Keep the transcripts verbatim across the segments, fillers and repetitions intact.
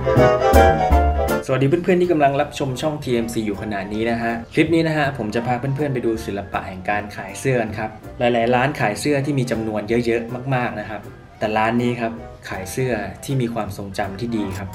สวัสดีเพื่อนๆที่กำลังรับชมช่อง ที เอ็ม ซี อยู่ขณะนี้นะฮะคลิปนี้นะฮะผมจะพาเพื่อนๆไปดูศิลปะแห่งการขายเสื้อกันครับหลายๆร้านขายเสื้อที่มีจำนวนเยอะๆมากๆนะครับแต่ร้านนี้ครับขายเสื้อที่มีความทรงจำที่ดีครับ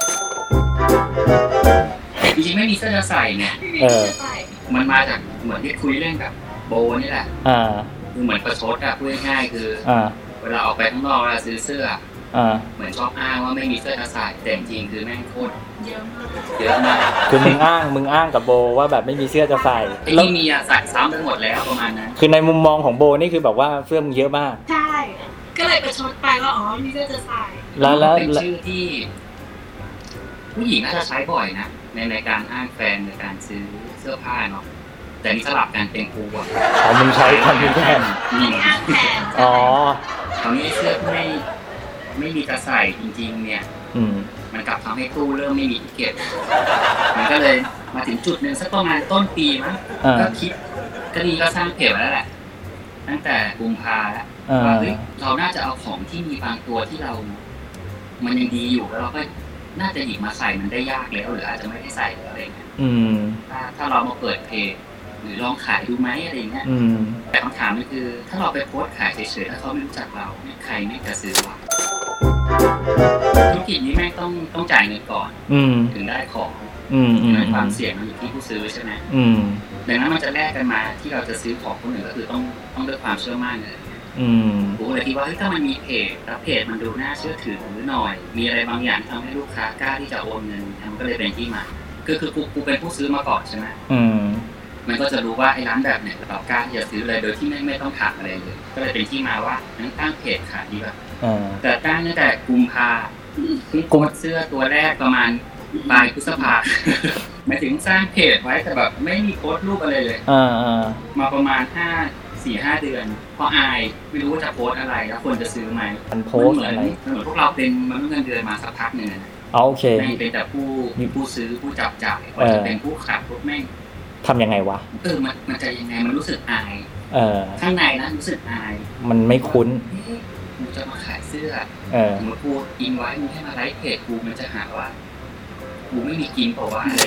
จริงๆไม่มีเสื้อจะใส่เนี่ยเออมันมาจากเหมือนที่คุยเรื่องกับโบนี่แหละอ่าคือเหมือนประชดอะพูดง่ายๆคืออ่าเวลาออกไปข้างนอกเวลาซื้อเสื้ออ่าเหมือนชอบอ้างว่าไม่มีเสื้อจะใส่แต่จริงคือแม่งโคตรเยอะมากเยอะมากคือมึงอ้างมึงอ้างกับโบว่าแบบไม่มีเสื้อจะใส่แล้วมีอะใส่ซ้ำไปหมดแล้วประมาณนั้นคือในมุมมองของโบนี่คือแบบว่าเสื้อมึงเยอะมากใช่ก็เลยประชดไปว่าอ๋อมีเสื้อจะใส่แล้วแล้วเป็นชื่อที่ผู้หญิงน่าจะใช้บ่อยนะในในการอ้างแฟนในการซื้อเสื้อผ้าเนาะแต่นี่สลับกันเป็นกูอ่ะอ๋อมึงใช้คำนี้แทนนี่อ้างแฟนอ๋อตอนนี้เสื้อไม่ไม่มีจะใส่จริงๆเนี่ยมันกลับทำให้ตู้เริ่มไม่มีที่เก็บมันก็เลยมาถึงจุดหนึ่งสักประมาณต้นปีมั้งก็คิดก็ดีก็สร้างเพจแล้วแหละตั้งแต่กุมภาแล้วว่าเฮ้ยเราน่าจะเอาของที่มีบางตัวที่เรามันยังดีอยู่แล้วเราก็น่าจะหยิบมาใส่มันได้ยากแล้วหรืออาจจะไม่ได้ใส่อะไรเงี้ยถ้าถ้าเรามาเปิดเพจหรือลองขายดูไหมอะไรเงี้ยแต่คำถามมันคือถ้าเราไปโพสต์ขายเฉยๆถ้าเขาไม่รู้จักเราใครไม่จะซื้อวะธุรกิจนี้แม่งต้องต้องจ่ายเงินก่อนถึงได้ของความเสี่ยงมันอยู่ที่ผู้ซื้อใช่ไหมดังนั้นมันจะแลกกันมาที่เราจะซื้อของคนอื่นก็คือต้องต้องด้วยความเชื่อมั่นเลยผมเลยคิดว่าถ้ามันมีเพจแล้วเพจมันดูน่าเชื่อถือหน่อยมีอะไรบางอย่างทำให้ลูกค้ากล้าที่จะโอนเงินมันก็เลยเป็นที่มาคือคือกูกูเป็นผู้ซื้อมาก่อนใช่ไหมมันก็จะรู้ว่าไอ้ร้านแบบไหนเรากล้าที่จะซื้อเลยโดยที่ไม่ไม่ต้องถามอะไรเลยก็เลยเป็นที่มาว่านั้นตั้งเพจขายดีกว่าแต่ตั้งตั้งแต่กุมภากุมเสื้อตัวแรกประมาณปลายพฤษภาหมายถึงสร้างเพจไว้แต่แบบไม่มีโพสต์รูปอะไรเลยมาประมาณห้าสี่ห้าเดือนพออายไม่รู้ว่าจะโพสอะไรแล้วคนจะซื้อไหมมันโพสอะไรเหมือนพวกเราเป็นมนุษย์เงินเดือนมาสักพักหนึ่งอ๋อโอเคไม่เป็นแต่ผู้มีผู้ซื้อผู้จับจ่ายก็จะเป็นผู้ขายพวกแม่งทำยังไงวะเออมันมันจะยังไงมันรู้สึกอายเออข้างในนะรู้สึกอายมันไม่คุ้นกูจะมาขายเสื้อเออมึงกูอินไว้มึงให้มาไลฟ์เพจกูมันจะหาว่ากูไม่มีกินเพราะว่าอะไร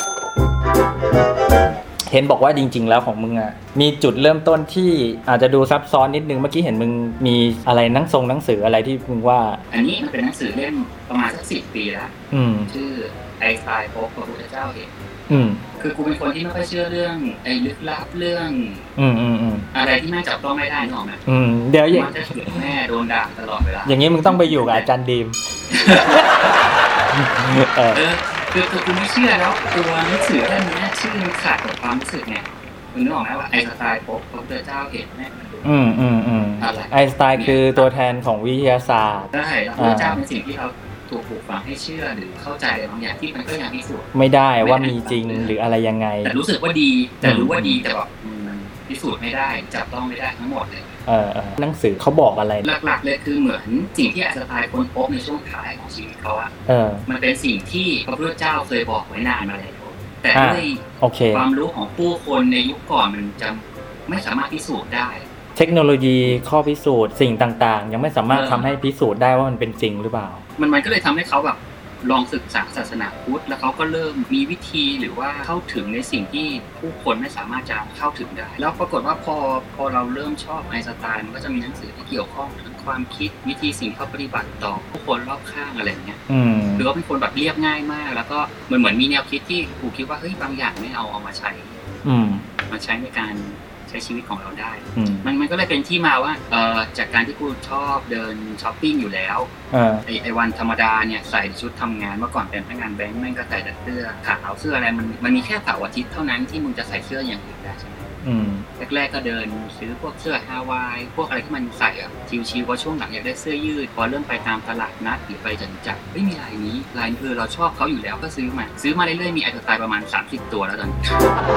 เห็นบอกว่าจริงๆแล้วของมึงอ่ะมีจุดเริ่มต้นที่อาจจะดูซับซ้อนนิดนึงเมื่อกี้เห็นมึงมีอะไรหนังทรงหนังสืออะไรที่มึงว่าอันนี้มันเป็นหนังสือเล่มประมาณสักสิบปีแล้วชื่อไอน์สไตน์พบพระพุทธเจ้าเห็นคือกูเป็นคนที่ไม่ค่อยเชื่อเรื่องไอ้ลึกลับเรื่องอะไรที่แม่จับต้องไม่ได้นึกออกไหมเดี๋ยวอย่างมันจะถึงแม่โดนด่าตลอดเวลาอย่างนี้มึงต้องไปอยู่กับอาจารย์ดีมเออคือคือกูไม่เชื่อแล้วตัวหนังสือเล่มนี้ชื่อมันขาดกับความรู้สึกไงคุณนึกออกไหมว่าไอน์สไตน์พบพระพุทธเจ้าเห็นแม่อืมอืมอืมไอน์สไตน์คือตัวแทนของวิทยาศาสตร์ใช่พระพุทธเจ้าเป็นสิ่งที่เราถูกปลูกฝังให้เชื่อหรือเข้าใจบางอย่างที่มันก็ยังพิสูจน์ไม่ได้ว่ามีจริงหรืออะไรยังไงแต่รู้สึกว่าดีแต่รู้ว่าดีแต่แบบมันพิสูจน์ไม่ได้จับต้องไม่ได้ทั้งหมดเลยเออหนังสือเขาบอกอะไรหลักๆเลยคือเหมือนสิ่งที่ไอน์สไตน์ค้นพบในช่วงท้ายของชีวิตเขาอะมันเป็นสิ่งที่พระพุทธเจ้าเคยบอกไว้นานมาแล้วแต่ด้วยความรู้ของผู้คนในยุคก่อนมันจะไม่สามารถพิสูจน์ได้เทคโนโลยีข้อพิสูจน์สิ่งต่างๆยังไม่สามารถทำให้พิสูจน์ได้ว่ามันเป็นจริงหรือเปล่ามันมันก็เลยทำให้เขาแบบลองศึกษาศาสนาพุทธแล้วเขาก็เริ่มมีวิธีหรือว่าเข้าถึงในสิ่งที่ผู้คนไม่สามารถจะเข้าถึงได้แล้วปรากฏว่าพอพอเราเริ่มชอบไอน์สไตน์มันก็จะมีหนังสือที่เกี่ยวข้องถึงความคิดวิธีสิ่งที่เขาปฏิบัติต่อผู้คนรอบข้างอะไรเงี้ยหรือว่าเป็นคนแบบเรียบง่ายมากแล้วก็เหมือนเหมือนมีแนวคิดที่กูคิดว่าเฮ้ยบางอย่างไม่เอาเอามาใช้มาใช้ในการใช้ชีวิตของเราได้มันมันก็เลยเป็นที่มาว่าเอ่อจากการที่กูชอบเดินช้อปปิ้งอยู่แล้วไอไอวันธรรมดาเนี่ยใส่ชุดทำงานเมื่อก่อนเป็นพนักงานแบงค์แม่งก็ใส่แต่เสื้อขาวเสื้ออะไรมันมันมีแค่เสาร์อาทิตย์เท่านั้นที่มึงจะใส่เสื้ออย่างอื่นได้ใช่ไหมแรกๆก็เดินซื้อพวกเสื้อฮาวายพวกอะไรที่มันใส่อะชิวๆพอช่วงหลังอยากได้เสื้อยืดพอเริ่มไปตามตลาดนัดหรือไปจัดจัดไม่มีลายนี้ลายเออเราชอบเขาอยู่แล้วก็ซื้อมาซื้อมาเรื่อยๆมีไอน์สไตน์ประมาณสามสิบตัวแล้วตอนนี้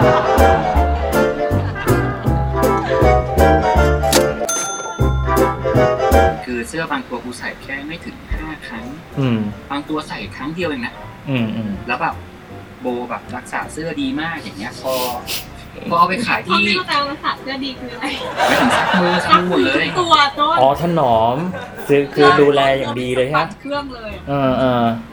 คือเสื้อบางตัวกูใส่แค่ไม่ถึงห้าครั้งบางตัวใส่ครั้งเดียวเองนะแล้วแบบโบแบบรักษาเสื้อดีมากอย่างเงี้ยพอพอเอาไปขายที่ที่เรารักษาเสื้อดีคืออะไรไม่ถึงซักมือซักหมดเลยตัวต้นอ๋อถนอมคือคือดูแลอย่างดีเลยฮะเครื่องเลยเออเออ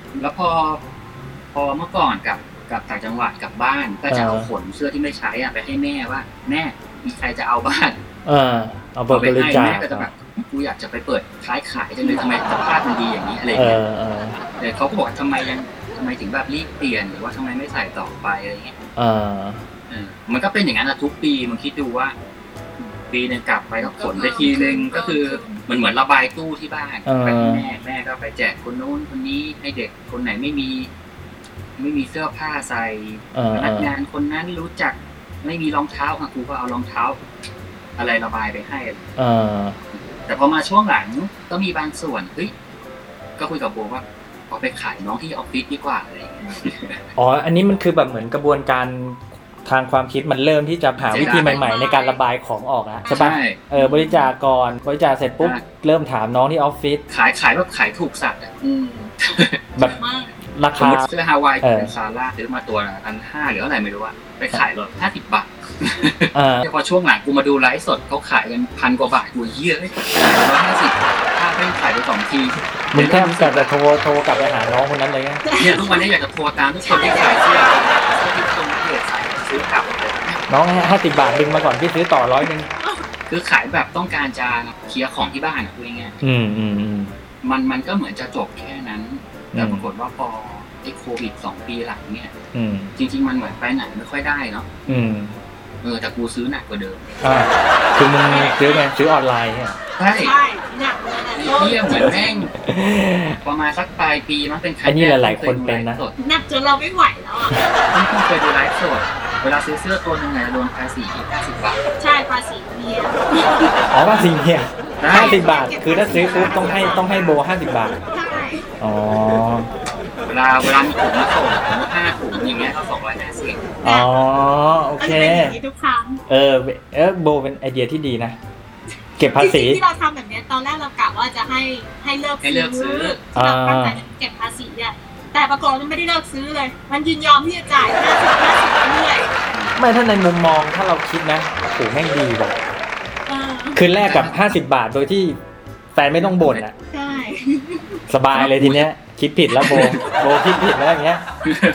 แล้วพอพอเมื่อก่อนกับกับต่างจังหวัดกลับบ้านก็จะเอาขนเสื้อที่ไม่ใช้อ่ะไปให้แม่ว่าแม่มีใครจะเอาบ้างเออเอาไปบริจาคแม่ก็จะแบบกูอยากจะไปเปิดขายขายจังเลยทำไมสภาพมันดีอย่างนี้อะไรอย่างเงี้ยแต่เขาก็บอกทำไมยังทำไมถึงแบบรีบเปลี่ยนหรือว่าทำไมไม่ใส่ต่อไปอะไรเงี้ยเออมันก็เป็นอย่างนั้นทุกปีมึงคิดดูว่าปีนึงกลับไปก็ขนไปทีนึงก็คือมันเหมือนระบายตู้ที่บ้านไปที่แม่แม่ก็ไปแจกคนโน้นคนนี้ให้เด็กคนไหนไม่มีไม่มีเสื้อผ้าใส่พนักงานคนนั้นรู้จักไม่มีรองเท้าครูก็เอารองเท้าอะไรระบายไปให้แต่พอมาช่วงหลังก็มีบางส่วนเฮ้ยก็คุยกับโบว่าเอาไปขายน้องที่ออฟฟิศดีกว่าอะไรอย่างเงี้ยอ๋ออันนี้มันคือแบบเหมือนกระบวนการทางความคิดมันเริ่มที่จะหาวิธีใหม่ๆในการระบายของออกนะใช่ปะเออบริจาคก่อนบริจาคเสร็จปุ๊บเริ่มถามน้องที่ออฟฟิศขายขายแบบขายถูกสัตว์อ่ะแบบราคาเสื้อฮาวายเป็นซาร่าซื้อมาตัวละพันห้าหรืออะไรไม่รู้อะไปขายรถห้าสิบบาทพอช่วงหลังกูมาดูไลฟ์สดเขาขายกันพันกว่าบาทกูเยี่ยเลยร้อยห้าสิบถ้าไม่ขายไปสองทีมึงแค่กลับแต่โทรโทรกลับไปหาน้องคนนั้นเลยไงเนี่ยทุกวันนี้อยากจะโทรตามทุกคนที่ขายเสื้อเสื้อที่ตรงนี้เลยขายซื้อกลับน้องห้าสิบบาทดึงมาก่อนพี่ซื้อต่อร้อยนึงคือขายแบบต้องการจะเคลียร์ของที่บ้านอะพูดง่ายๆอืมอืมมันมันก็เหมือนจะจบแค่นั้นแต่ปรากฏว่าพอไอ้โควิดสองปีหลังเนี่ยจริงๆมันเหมือนไปไหนไม่ค่อยได้เนาะเออแต่กูซื้อหนักกว่าเดิมอ่าคือมึงซื้อไงซื้อออนไลน์เนี่ยใช่ใช่หนักเลยเที่ยเหมือนแม่งประมาณสักปลายปีมันเป็นใครอันนี้หลายๆคนเป็นนะหนักจนเราไม่ไหวแล้วอ่ะต้องเคยดูไลฟ์สดเวลาซื้อเสื้อตัวนึงไงโดนภาษีอีกห้าสิบบาทใช่ภาษีเมียอ๋อภาษีเมียห้าสิบบาทคือถ้าซื้อปุ๊บต้องให้ต้องให้โบห้าสิบบาทใช่อ๋อเวลาเวลามีถุงมาส่งห้าถุงอย่างเงี้ยก็สองร้อยห้าสิบอ๋อโอเคทุกครั้งเออเออโบเป็นไอเดียที่ดีนะเก็บภาษีที่เราทำแบบนี้ตอนแรกเรากะว่าจะให้ให้เลิกซื้อเราตั้งใจเก็บภาษีอ่ะแต่ปรากฏมันไม่ได้เลิกซื้อเลยมันยินยอมที่จะจ่ายห้าสิบห้าสิบเรื่อยไม่ถ้าในมุมมองถ้าเราคิดนะโหแม่งดีแบบคือแลกกับห้าสิบบาทโดยที่แฟนไม่ต้องบ่นอ่ะใช่สบายเลยทีเนี้ยคิดผิดแล้วโบโบคิดผิดแล้วอย่างเงี้ย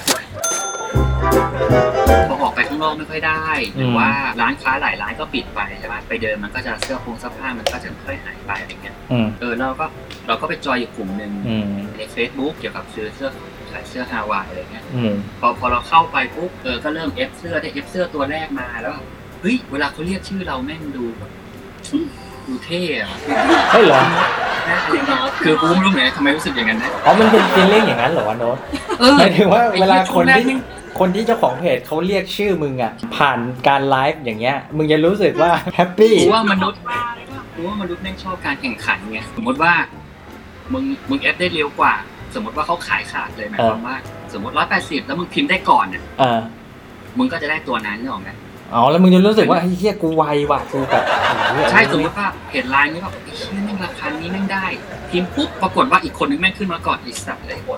พอออกไปข้างนอกไม่ค่อยได้หรือว่าร้านค้าหลายร้านก็ปิดไปใช่ไหมไปเดินมันก็จะเสื้อผงเสื้อผ้ามันก็จะค่อยหายไปอะไรเงี้ยเออเราก็เราก็ไปจอยอยู่กลุ่มหนึ่งใน Facebook เกี่ยวกับซื้อเสื้อขายเสื้อฮาวายอะไรเงี้ยพอพอเราเข้าไปปุ๊บเออก็เริ่มเอฟเสื้อได้เอฟเสื้อตัวแรกมาแล้วเฮ้ยเวลาเขาเรียกชื่อเราแม่งดูดูเท่อะเฮ้ยเหรอคือกูไม่รู้เหมือนทำไมรู้สึกอย่างนั้นนะอ๋อมันเป็นฟีลลิ่งอย่างนั้นเหรอวะโน้ตหมายถึงว่าเวลาคนที่คนที่เจ้าของเพจเขาเรียกชื่อมึงอ่ะผ่านการไลฟ์อย่างเงี้ยมึงจะรู้สึกว่าแฮปปี้กูว่ามนุษย์กูว่ามนุษย์แม่งชอบการแข่งขันไงสมมติว่ามึงมึงเอฟได้เร็วกว่าสมมติว่าเขาขายขาดเลยหมายความว่าสมมติร้อยแปดสิบแล้วมึงพิมพ์ได้ก่อนเนี่ยมึงก็จะได้ตัวนั้นนึกออกไหมอ๋อแล้วมึงจะรู้สึกว่าไอ้เหี้ยกูไวว่ะกูแบบใช่สมมติว่าเห็นไลน์นี้แบบไอ้เหี้ยแม่งราคานี้แม่งได้พิมพ์ปุ๊บปรากฏว่าอีกคนนึงแม่งขึ้นมาก่อนไอ้สัตว์เลยหมด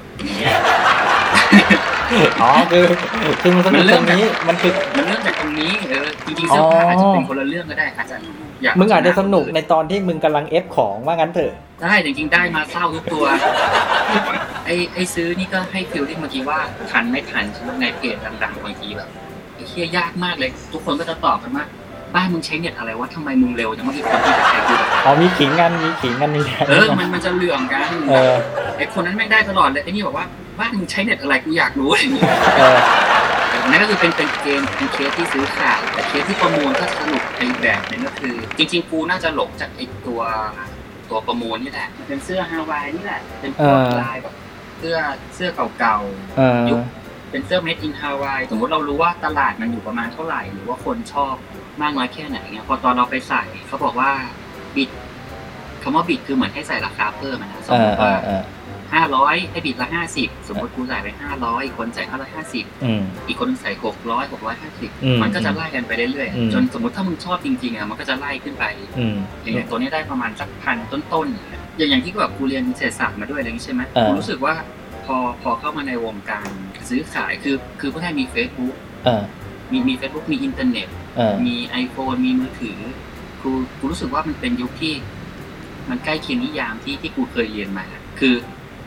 อ๋อคือคือมันเรื่องนี้มันคือมันเรื่องจากตรงนี้เออจริงๆเสื้อผ้าอาจจะเป็นคนละเรื่องก็ได้อาจจะอยากมึงอาจจะสนุกในตอนที่มึงกำลังเอฟของว่างั้นเถอะได้จริงๆได้มาเศร้าทุกตัวไอ้ไอ้ซื้อนี่ก็ให้ฟิลลิ่งเมื่อกี้ว่าทันไม่ทันใช่ไหมในเพจดังๆบางทีแบบไอ้เหี้ยยากมากเลยทุกคนก็จะตอบกันว่าบ้านมึงใช้เน็ตอะไรวะทำไมมึงเร็วจังวะอีกคนที่ใช้กูแบบอ๋อมีขิงกันมีขิงกันมีเออมันมันจะเหลื่อมกันเออไอ้คนนั้นไม่ได้ตลอดเลยไอ้นี่บอกว่าบ้านมึงใช้เน็ตอะไรกูอยากรู้อะไรอย่างเงี้ยเออนั่นก็คือเป็นเป็นเกมเป็นเคสที่ซื้อขายแต่เคสที่ประมูลก็สนุกในแบบนึงก็คือจริงๆกูน่าจะหลงจากไอ้ตัวตัวประมูลนี่แหละเป็นเสื้อฮาวายนี่แหละเป็นพวกลายแบบเสื้อเสื้อเก่าๆยุคเป็นเสื้อ made in Hawaii สมมติเรารู้ว่าตลาดมันอยู่ประมาณเท่าไหร่หรือว่าคนชอบมากน้อยแค่ไหนเงี้ยพอตอนเราไปใส่เขาบอกว่าบิดคำว่าบิดคือเหมือนให้ใส่ราคาเพิ่มนะสมมติว่าห้าร้อยให้บิดละห้าสิบสมมติกูใส่ไปห้าร้อยอีกคนใส่ห้าร้อยห้าสิบอีกคนใส่หกร้อยหกร้อยห้าสิบมันก็จะไล่กันไปเรื่อยๆจนสมมติถ้ามึงชอบจริงๆอ่ะมันก็จะไล่ขึ้นไปอย่างตัวนี้ได้ประมาณสักพันต้นๆอย่างอย่างที่แบบกูเรียนเศรษฐศาสตร์มาด้วยอะไรอย่างนี้ใช่ไหมกูรู้สึกว่าพอพอเข้ามาในวงการซื้อขายคือคือพวกท่านมี Facebook มีมี Facebook มีอินเทอร์เน็ตมี iPhone มีมือถือกูกูรู้สึกว่ามันเป็นยุคที่มันใกล้เคียงนิยามที่ที่กูเคยเรียนมาคือ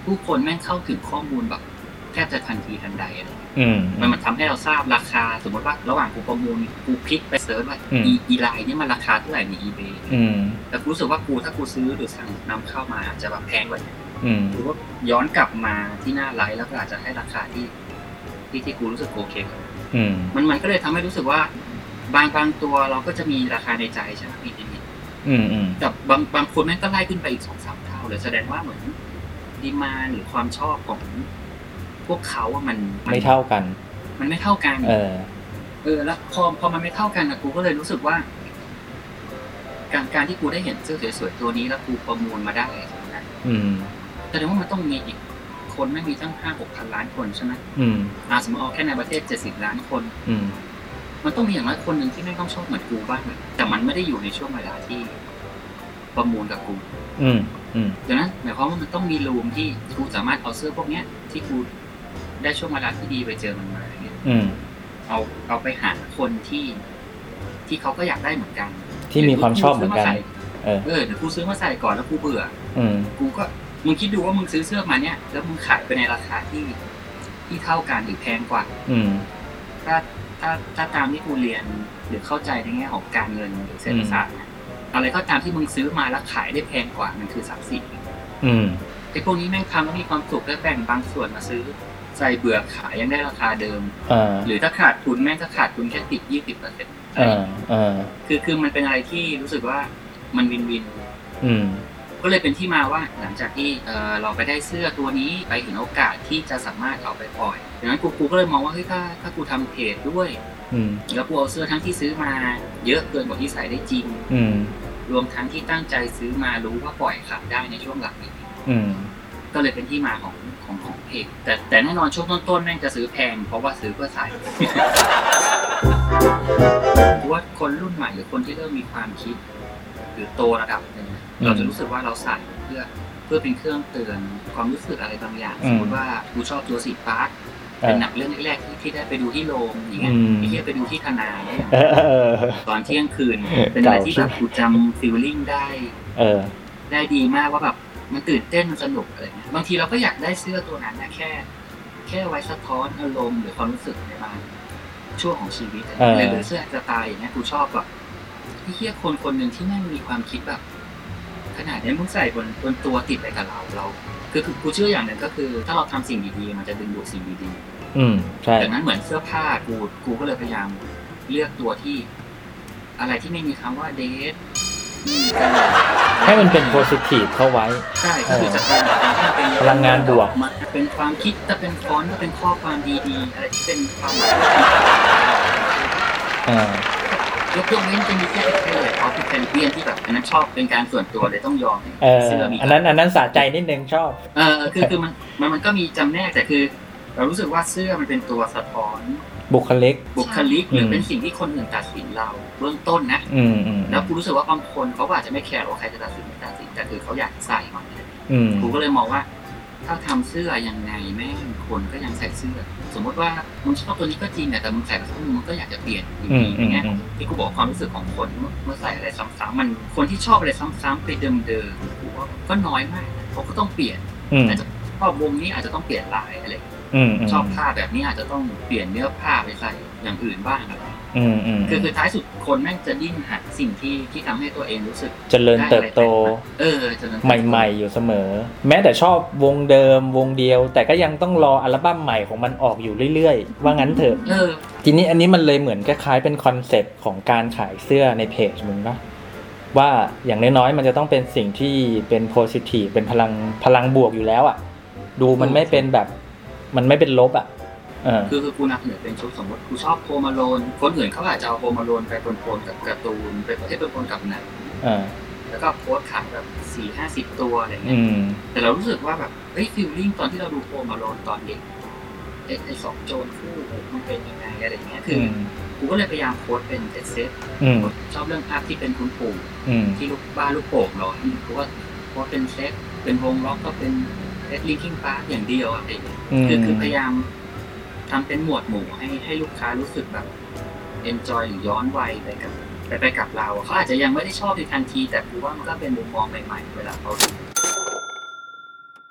ผู้คนแม่งเข้าถึงข้อมูลแบบแทบจะทันทีทันใดอะไรมันมันทำให้เราทราบราคาสมมติว่าระหว่างกูประมูลกูคลิกไปเซิร์ชว่าอีอีไลน์นี่มันราคาเท่าไหร่ใน eBay แต่กูรู้สึกว่ากูถ้ากูซื้อหรือสั่งนำเข้ามาอาจจะแบบแพงกว่านี้หรือว่าย้อนกลับมาที่หน้าไลน์แล้วก็อาจจะให้ราคาที่ที่ที่กูรู้สึกโอเคมันมันก็เลยทำให้รู้สึกว่าบางบางตัวเราก็จะมีราคาในใจใช่ไหมพี่นิดๆแต่บางบางคนแม่งก็ไล่ขึ้นไปอีกสองสามเท่าเลยแสดงว่าเหมือนดีมานด์หรือความชอบของพวกเขาว่ามันไม่เท่ากันมันไม่เท่ากันเออเออแล้วพอพอมันไม่เท่ากันนะกูก็เลยรู้สึกว่าการการที่กูได้เห็นเสื้อสวยๆตัวนี้แล้วกูประมูลมาได้นะแสดงว่ามันต้องมีอีกคนไม่มีตั้งห้าหกพันล้านคนใช่ไหมอืมอ่าสมมติเอาแค่ในประเทศเจ็ดสิบล้านคนอืมมันต้องมีอย่างน้อยคนหนึ่งที่ไม่ต้องชอบเหมือนกูบ้างแต่มันไม่ได้อยู่ในช่วงเวลาที่ประมูลกับกูอืมอืมดังนั้นหมายความว่ามันต้องมีรูมที่กูสามารถเอาเสื้อพวกเนี้ยที่กูได้ช่วงเวลาที่ดีไปเจอมันมาเนี่ยเอาเอาไปหาคนที่ที่เขาก็อยากได้เหมือนกันที่มีความชอบเหมือนกันเออเออเดี๋ยวกูซื้อมาใส่ก่อนแล้วกูเบื่อกูก็มึงคิดดูว่ามึงซื้อเสื้อมาเนี่ยแล้วมึงขายไปในราคาที่ที่เท่ากันหรือแพงกว่าถ้าถ้าถ้าตามที่กูเรียนหรือเข้าใจในแง่ของการเงินหรือเศรษฐศาสตร์อะไรก็ตามที่มึงซื้อมาแล้วขายได้แพงกว่ามันคือทรัพย์สินไอ้พวกนี้แม่งทำแล้วมีความสุขแล้วแบ่งบางส่วนมาซื้อใส่เบื่อขายยังได้ราคาเดิมหรือถ้าขาดทุนแม่งก็ขาดทุนแค่ติดยี่สิบเปอร์เซ็นต์คือคือมันเป็นอะไรที่รู้สึกว่ามันวินวินก็เลยเป็นที่มาว่าหลังจากที่เราไปได้เสื้อตัวนี้ไปเห็นโอกาสที่จะสามารถเอาไปปล่อยดังนั้นกูกูก็เลยมองว่าเฮ้ยถ้าถ้ากูทำเพจด้วยแล้วกูเอาเสื้อทั้งที่ซื้อมาเยอะเกินกว่าที่ใส่ได้จริงรวมทั้งที่ตั้งใจซื้อมารู้ว่าปล่อยขายได้ในช่วงหลังนี้ก็เลยเป็นที่มาของของของเพจแต่แต่แน่นอนช่วงต้นๆแม่งจะซื้อแพงเพราะว่าซื้อเพื่อใส่เพราะว่าคนรุ่นใหม่หรือคนที่เริ่มมีความคิดหรือโตระดับนึงเราจะรู้สึกว่าเราใส่เพื่อเพื่อเป็นเครื่องเตือนความรู้สึกอะไรบางอย่างสมมติว่ากูชอบตัวสีฟ้าเป็นหนังเรื่องแรกๆที่ได้ไปดูที่โรงอย่างเงี้ยที่ไปดูที่ธนาตอนเที่ยงคืนเป็นอะไรที่แบบกูจำฟีลลิ่งได้ได้ดีมากว่าแบบมันตื่นเต้นมันสนุกอะไรเงี้ยบางทีเราก็อยากได้เสื้อตัวนั้นนะแค่แค่ไว้สะท้อนอารมณ์หรือความรู้สึกในบางช่วงของชีวิตหรือเสื้อสไตล์อย่างเงี้ยกูชอบแบบที่เฮี้ยคนคนหนึ่งที่แม่งมีความคิดแบบขนาดนี้มึงใส่บนบนตัวติดไปกับเราเราคือกูเชื่ออย่างหนึ่งก็คือถ้าเราทำสิ่งดีๆมันจะดึงดูดสิ่งดีๆอืมใช่ดังนั้นเหมือนเสื้อผ้ากูกูก็เลยพยายามเลือกตัวที่อะไรที่ไม่มีคำว่าเดทให้มันเป็นโพสิทีฟเข้าไว้ใช่ก็คือจะเป็นพลังงานบวกเป็นความคิดจะเป็นฟอนต์ก็เป็นข้อความดีๆอะไรที่เป็นความหมายยกยกเว้นจะมีแค่แค่เลยเอาที่เป็นเบี้ยนที่แบบอันนั้นชอบเป็นการส่วนตัวเลยต้องยอมเสื้อมีอันนั้นอันนั้นสะใจนิดนึงชอบเออคือคือมันมันมันก็มีจำแนกแต่คือเรารู้สึกว่าเสื้อมันเป็นตัวสะท้อนบุคลิกบุคลิกหรือเป็นสิ่งที่คนอื่นตัดสินเราเบื้องต้นนะแล้วกูรู้สึกว่าบางคนเขาอาจจะไม่แคร์ว่าใครจะตัดสินไม่ตัดสินแต่คือเขาอยากใส่มันกูก็เลยมองว่าถ้าทำเสื้อยังไงแม่งคนก็ยังใส่เสื้อสมมติว่ามึงชอบตัวนี้ก็จริงแต่มึงใส่ไปสักนึงมึงก็อยากจะเปลี่ยนอย่างเงี้ยที่กูบอกความรู้สึกของคนเมื่อใส่อะไรซ้ำๆมันคนที่ชอบอะไรซ้ำๆไปเดิมๆกูว่าก็น้อยมากเขาก็ต้องเปลี่ยนอาจจะชอบวงนี้อาจจะต้องเปลี่ยนลายอะไรชอบผ้าแบบนี้อาจจะต้องเปลี่ยนเนื้อผ้าไปใส่อย่างอื่นบ้างอะไรคือคือท้ายสุดคนแม่งจะดิ้นหาสิ่งที่ที่ทำให้ตัวเองรู้สึกเจริญเติบโตเออใหม่ๆอยู่เสมอแม้แต่ชอบวงเดิมวงเดียวแต่ก็ยังต้องรออัลบั้มใหม่ของมันออกอยู่เรื่อยๆว่างั้นเถอะทีนี้อันนี้มันเลยเหมือนคล้ายๆเป็นคอนเซ็ปต์ของการขายเสื้อในเพจมึงปะว่าอย่างน้อยๆมันจะต้องเป็นสิ่งที่เป็นโพสิทีฟเป็นพลังพลังบวกอยู่แล้วอ่ะดูมันไม่เป็นแบบมันไม่เป็นลบอ่ะคือคือกูนับเหนือเป็นชุดสมมติกูชอบโฮมาโลนคนอื่นเขาอาจจะเอาโฮมาโลนไปปนๆกับการ์ตูนไปประเภทปนๆกับหนังแล้วก็โพสขายแบบสี่ห้าสิบตัวอะไรเงี้ยแต่เรารู้สึกว่าแบบเฮ้ยฟีลลิ่งตอนที่เราดูโฮมาโลนตอนเด็กไอ้สองโจรคู่มันเป็นยังไงอะไรเงี้ยคือกูก็เลยพยายามโพสเป็นเซตชอบเรื่องภาพที่เป็นคุณปู่ที่ลูกบ้านลูกโป่งลอยกูว่าโพสเป็นเซตเป็นวงล็อกก็เป็นเอสลิงกิ้งพาร์คอย่างเดียวอะไรอย่างเงี้ยคือคือพยายามทำเป็นหมวดหมู่ให้ให้ลูกค้ารู้สึกแบบ enjoy หรือย้อนวัยไปกับไปไปกับเราเขาอาจจะยังไม่ได้ชอบในทันทีแต่คือว่ามันก็เป็นมุมมองใหม่ๆเวลาเขาดูอ่ะ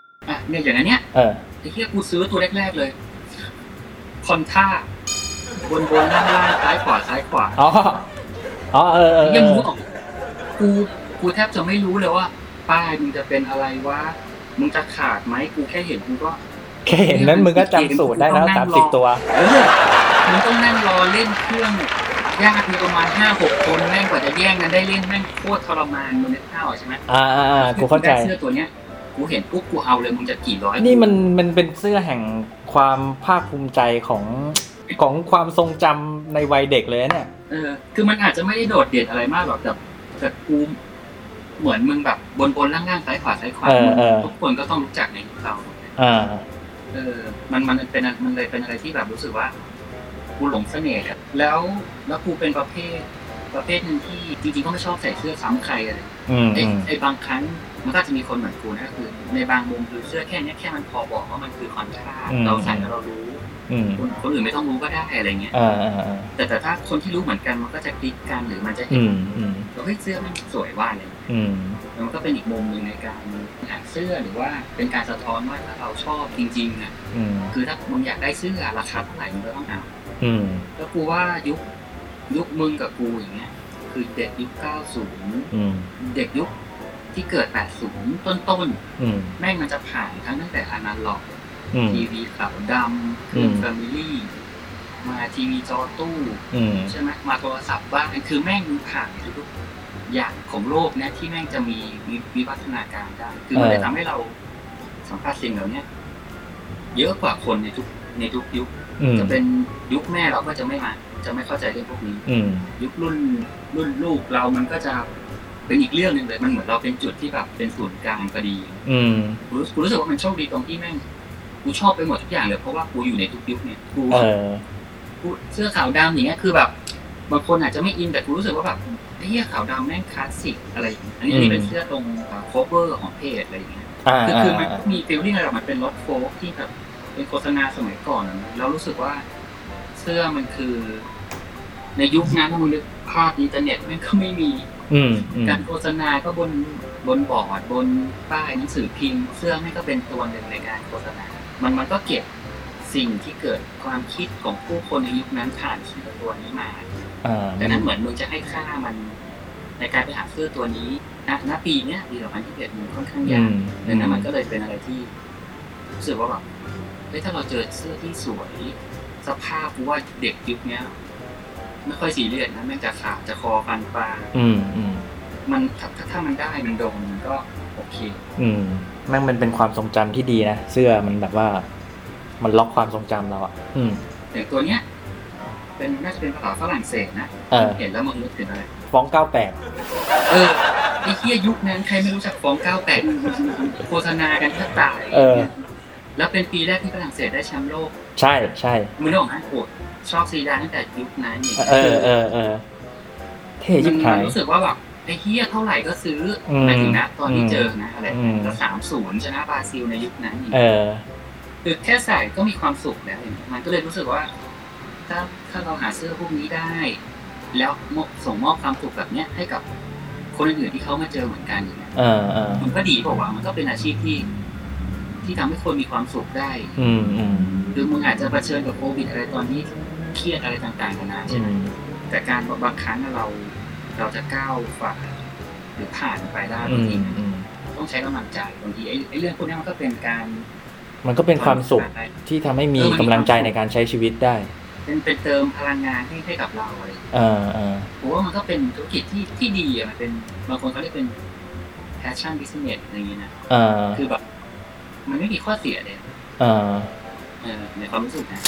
เนี่ยอย่างนั้นเนี้ยเออไอ้เหี้ยกูซื้อตัวแรกๆเลยคอนท่าบนบนล่างล่างซ้ายขวาซ้ายขวาอ๋ออ๋อเออเออยังรู้ออกกูกูแทบจะไม่รู้เลยว่าป้ายมึงจะเป็นอะไรวะมึงจะขาดไหมกูแค่เห็นกูก็แค่เห็นนั้นมึงก็จำสูตรได้แล้วสามสิบตัวเออมึงต้องนั่งรอเล่นเครื่องยากมีประมาณห้าหกคนแม่งกว่าจะแย่งกันได้เล่นแม่งโคตรทรมานมึงนึกภาพออกใช่ไหมอ่าอ่ากูเข้าใจเสื้อตัวเนี้ยกูเห็นปุ๊บกูเอาเลยมึงจะกี่ร้อยนี่มันมันเป็นเสื้อแห่งความภาคภูมิใจของของความทรงจำในวัยเด็กเลยเนี่ยเออคือมันอาจจะไม่ได้โดดเด่นอะไรมากหรอกแต่แต่กูเหมือนมึงแบบบนบนล่างล่างซ้ายขวาซ้ายขวาทุกคนก็ต้องรู้จักในเราอ่าเออมันมันเป็นมันเลยเป็นอะไรที่แบบรู้สึกว่ากูหลงเสน่ห์แล้วแล้วกูเป็นประเภทประเภทนึงที่จริงๆก็ไม่ชอบใส่เสื้อซ้ำใครอะไรไอ้ไอ้บางครั้งมันก็จะมีคนเหมือนกูนะคือในบางมุมคือเสื้อแค่นี้แค่มันพอบอกว่ามันคือคอนทราสต์เราใส่แล้วเรารู้คนคนอื่นไม่ต้องรู้ก็ได้อะไรเงี้ยแต่แต่ถ้าคนที่รู้เหมือนกันมันก็จะคลิกกันหรือมันจะเห็นว่าเฮ้ยเสื้อมันสวยว่าเลยมันก็เป็นอีกมุมนึงในการหาเสื้อหรือว่าเป็นการสะท้อนว่าถ้าเราชอบจริงๆอ่ะคือถ้ามึงอยากได้เสื้อราคาเท่าไหร่มึงก็ต้องเอาแล้วกูว่ายุคยุคมึงกับกูอย่างเงี้ยคือเด็กยุคเก้าสิบเด็กยุคที่เกิดแปดสิบต้นๆแม่งมันจะผ่านทั้งตั้งแต่อนาล็อกทีวีขาวดำเครื่องแฟมิลี่มาทีวีจอตู้ใช่ไหมมาโทรศัพท์บ้างคือแม่งผ่านทุกอย่างของโลกเนี่ยที่แม่งจะมีวิวัฒนาการได้คือมันจะทำให้เราสัมผัสสิ่งเหล่านี้เยอะกว่าคนในทุกในทุกยุคจะเป็นยุคแม่เราก็จะไม่มาจะไม่เข้าใจเรื่องพวกนี้ยุครุ่นรุ่นลูกเรามันก็จะเป็นอีกเรื่องนึงเลยมันเหมือนเราเป็นจุดที่แบบเป็นศูนย์กลางพอดีกูรู้กูรู้สึกว่ามันโชคดีตรงที่แม่งกูชอบไปหมดทุกอย่างเลยเพราะว่ากูอยู่ในทุกยุคเนี่ยกูกูเสื้อขาวดำอย่างเงี้ยคือแบบบางคนอาจจะไม่อินแต่กูรู้สึกว่าแบบไอ้เหี้ยขาวดำแม่งคลาสสิกอะไรอันนี้อันนี้เป็นเสื้อตรงโคเวอร์ของเพจอะไรอย่างเงี้ยคือคือมันมีฟีลลิ่งอะไรมันเป็นรถโฟล์คที่แบบเป็นโฆษณาสมัยก่อนแล้วรู้สึกว่าเสื้อมันคือในยุคนั้นถ้ามึงนึกภาพอินเทอร์เน็ตมันก็ไม่มีการโฆษณาก็บนบนบอร์ดบนป้ายหนังสือพิมพ์เสื้อไม่ก็เป็นตัวหนึ่งในการโฆษณามันมันก็เก็บสิ่งที่เกิดความคิดของผู้คนในยุคนั้นผ่านเสื้อตัวนี้มาดังนั้นเหมือนมึงจะให้ค่ามันในการไปหาเสื้อตัวนี้ณปีเนี้ยปีสองพันยี่สิบเอ็ดมันค่อนข้างยากดังนั้นมันก็เลยเป็นอะไรที่รู้สึกว่าแบบเฮ้ยถ้าเราเจอเสื้อที่สวยสภาพกูว่าเด็กยุคนี้ไม่ค่อยซีเรียสนะแม่งจะขาดจะคอฟันปลามันถ้าถ้ามันได้มันโดนมันก็โอเคอืมแม่งมันเป็นความทรงจำที่ดีนะเสื้อมันแบบว่ามันล็อกความทรงจำเราอ่ะอืมอย่างตัวเนี้ยเป็นน่าจะเป็นภาษาฝรั่งเศสนะเห็นแล้วมึงนึกถึงอะไรฟองเก้าแปดเออไอ้เหี้ยยุคนั้นใครไม่รู้จักฟองเก้าแปดโฆษณากันแทบตายเออแล้วเป็นปีแรกที่ฝรั่งเศสได้แชมป์โลกใช่ใช่มึงนึกออกไหมโหดชอบซีดานตั้งแต่ยุคนั้นอย่างเออเออเออเท่ชิบหายรู้สึกว่าแบบไอ้เหี้ยเท่าไหร่ก็ซื้อไปถึงนะตอนที่เจอนะอะไรแล้วสามศูนย์ชนะบราซิลในยุคนั้นเออคือแค่ใส่ก็มีความสุขแล้วมันก็เลยรู้สึกว่าถ้าถ้าเราหาเสื้อพวกนี้ได้แล้วส่งมอบความสุขแบบเนี้ยให้กับคนอื่นที่เขามาเจอเหมือนกันอย่างเงี้ยมันก็ดีเพราะว่ามันก็เป็นอาชีพที่ที่ทำให้คนมีความสุขได้หรือมึงอาจจะเผชิญกับโควิดอะไรตอนนี้เครียดอะไรต่างๆกันนะใช่ไหมแต่การบางครั้งเราเราจะก้าวฝ่าหรือผ่านไปได้บางทีต้องใช้กำลังใจบางทีไอ้เรื่องพวกนี้มันก็เป็นการมันก็เป็นความสุขที่ทำให้มีกำลังใจในการใช้ชีวิตได้เป็นเป็นเติมพลังงานให้ให้กับเราอะไรเออเออผมว่ามันก็เป็นธุรกิจที่ที่ดีอ่ะมันเป็นบางคนเขาเรียกเป็น passion business อะไรอย่างเงี้ยนะคือแบบมันไม่มีข้อเสียเลยเออเออในความรู้สึกนะ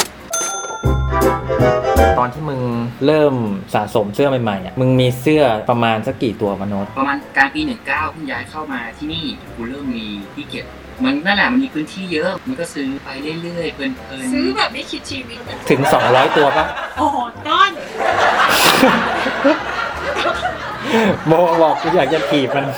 ตอนที่มึงเริ่มสะสมเสื้อใหม่ๆอ่ะมึงมีเสื้อประมาณสักกี่ตัวมโนประมาณกลางปีหนึ่งเก้าเพิ่งย้ายเข้ามาที่นี่กูเริ่มมีที่เก็บมันนั่นแหละมันมีพื้นที่เยอะมันก็ซื้อไปเรื่อยๆเพลินๆซื้อแบบไม่คิดชีวิตถึงสองร้อยตัวป่ะโอ้โหต้นโมบอกกูอยากจะถีบมัน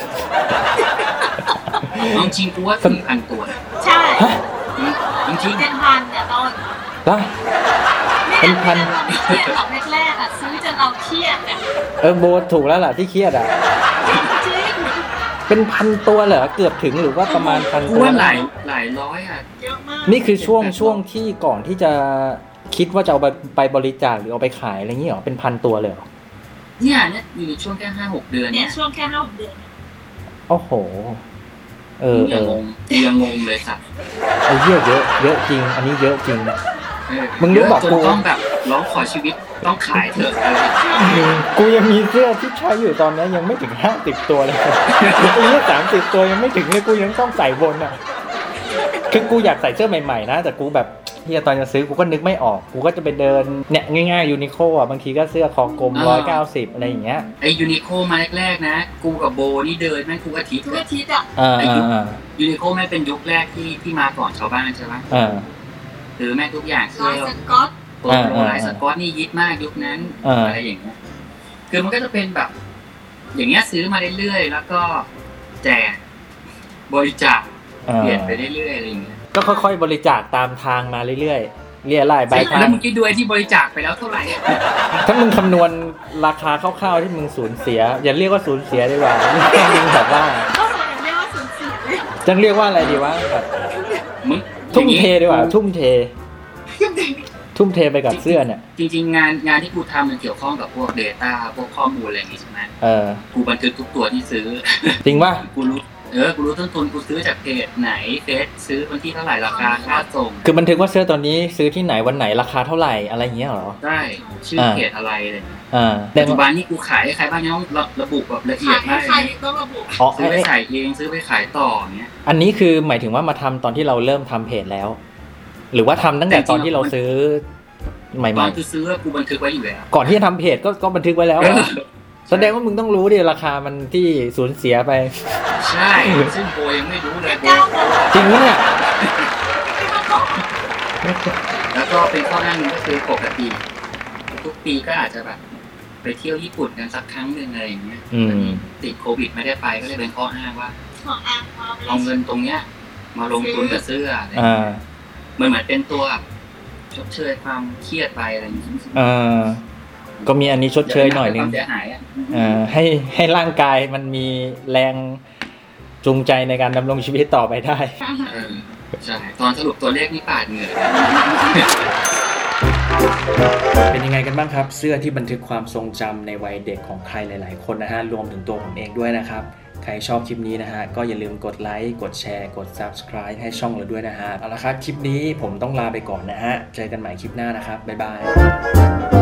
จริงๆกูว่าถึงพันตัวใช่จริงๆเป็นพันเนี่ยต้นแล้วเป็นพันเครียดหรอกแรกๆอ่ะซื้อจนเอาเครียดอ่ะเออโบถูกแล้วล่ะที่เครียดอ่ะจริงเป็นพันตัวเหรอเกือบถึงหรือว่าประมาณพันกูตัวว่าหลายหลายร้อยอ่ะเยอะมากนี่คือช่วงช่วงที่ก่อนที่จะคิดว่าจะเอาไปไปบริจาคหรือเอาไปขายอะไรอย่างเงี้ยหรอเป็นพันตัวเลยเหรอเนี่ยเนี่ยอยู่ในช่วงแค่ห้าหกเดือนเนี่เนี่ย ยช่วงแค่ห้าหกเดือนโอ้โหเออเอยังองงยังงงเลยสัตว์ไอ้เหี้ยเยอะเยอะจริงอันนี้เยอะจริงเออมึงรู้บอกกูจนต้องแบบร้องขอชีวิตต้องขายเถอะอะไรอย่างเงี้ยกูยังมีเสื้อที่ใช้อยู่ตอนนี้ยังไม่ถึงห้าสิบตัวเลยไอ้เหี้ยสามสิบตัวยังไม่ถึงเลยกูยังต้องใส่บนอ่ะคือกูอยากใส่เสื้อใหม่ๆนะแต่กูแบบเฮียตอนจะซื้อกูก็นึกไม่ออกกูก็จะไปเดินเนี่ยง่ายๆยูนิโคอ่ะบางทีก็เสื้อคอกลมร้อยเก้าสิบอะไรอย่างเงี้ยไอยูนิโคมาแรกๆนะกูกับโบนี่เดินแม่งทุกอาทิตย์ทุกอาทิตย์อ่ะอ่าไอยุคอ่ายูนิโคแม่งเป็นยุคแรกที่ที่มาก่อนชาวบ้านใช่ไหมอ่าคือแม่งทุกอย่างเสื้ลาอยสก๊อตโปโลลายสก๊อตนี่ยิดมากยุคนั้นอ่าอะไรอย่างเงี้ยคือมันก็จะเป็นแบบ อย่างเงี้ยซื้อมาเรื่อยๆแล้วก็แจกบริจาคเปลี่ยนไปเรื่อยๆอะไรอย่างเงี้ยก็ค่อยๆบริจาคตามทางมาเรื่อยๆเรียรายใบทาแล้งวมึงคิดดูไอ้ที่บริจาคไปแล้วเท่าไหร่ถ้ามึงคำนวณราคาคร่าวๆที่มึงสูญเสียอย่าเรียกว่าสูญเสียดีกว่ามึงแบบว่าก็เลยเรียกว่าสูญเสียเลยจะเรียกว่าอะไรดีวะแบบมึงทุ่มเทดีกว่าทุ่มเท ทุ่มเทไปกับเสื้อเนี่ยจริงๆงานงานที่กูทำมันเกี่ยวข้องกับพวก Data พวกข้อมูลอะไรอย่างงี้ใช่ไหมเออกูบันทึกทุกตัวที่ซื้อจริงป่ะกูรู้เออ กูรู้ต้นทุน กูซื้อจากเพจไหนเฟซซื้อวันที่เท่าไหร่ราคาค่าส่งคือบันทึกว่าเสื้อตัวนี้ซื้อที่ไหนวันไหนราคาเท่าไหร่อะไรอย่างเงี้ยเหรอได้ชื่อเพจอะไรเลยอ่าปัจจุบันนี่กูขายให้ใครบ้างเนี่ยต้องระบุแบบละเอียขาดยให้มากใครเลยต้องระบุอ๋อซื้อไปไอ้ขายเองซื้อไปขายต่อเงี้ยอันนี้คือหมายถึงว่ามาทำตอนที่เราเริ่มทำเพจแล้ว หรือว่าทำตั้งแต่ตอนที่เราซื้อใหตอม่นคือซื้อกูบันทึกไว้อยู่แล้วๆก่อนที่จะทำเพจก็ก็บันทึกไว้แล้วเออแสดงว่ามึงต้องรู้ดิราคามันที่สูญเสียไปใช่ ซึ่งโบยังไม่รู้เลยโบเจ้าของจริงไหมเนี่ยแล้วก็เป็นข้ออ้างหนึงก็คือปกติทุกปีก็อาจจะแบบไปเที่ยวญี่ปุ่นกันสักครั้งหนึ่งอะไรอย่างเงี้ยอืมติดโควิดไม่ได้ไปก็เลยเป็นข้ออ้างว่าของอ่างมาเอาเงินตรงเนี้ยมาลงทุนกับเสื้ออะไรอย่างอ่าเงี้ยมันเหมือนเป็นตัวชดเชยความเครียดไปอะไรอย่างเงี้ยอ่าก็มีอันนี้ชดเชยหน่อยนึคงวามเสียหายอ่ะอ่าให้ให้ร่างกายมันมีแรงจูงใจในการดำรงชีวิตต่อไปได้เออใช่ตอนสรุปตัวเลขนี่ปาดเหงื่อเป็นยังไงกันบ้างครับเสื้อที่บันทึกความทรงจำในวัยเด็กของใครหลายๆคนนะฮะรวมถึงตัวผมเองด้วยนะครับใครชอบคลิปนี้นะฮะก็อย่าลืมกดไลค์กดแชร์กด ซับสไครบ์ ให้ช่องเราด้วยนะฮะเอาละครับคลิปนี้ผมต้องลาไปก่อนนะฮะเจอกันใหม่คลิปหน้านะครับบ๊ายบาย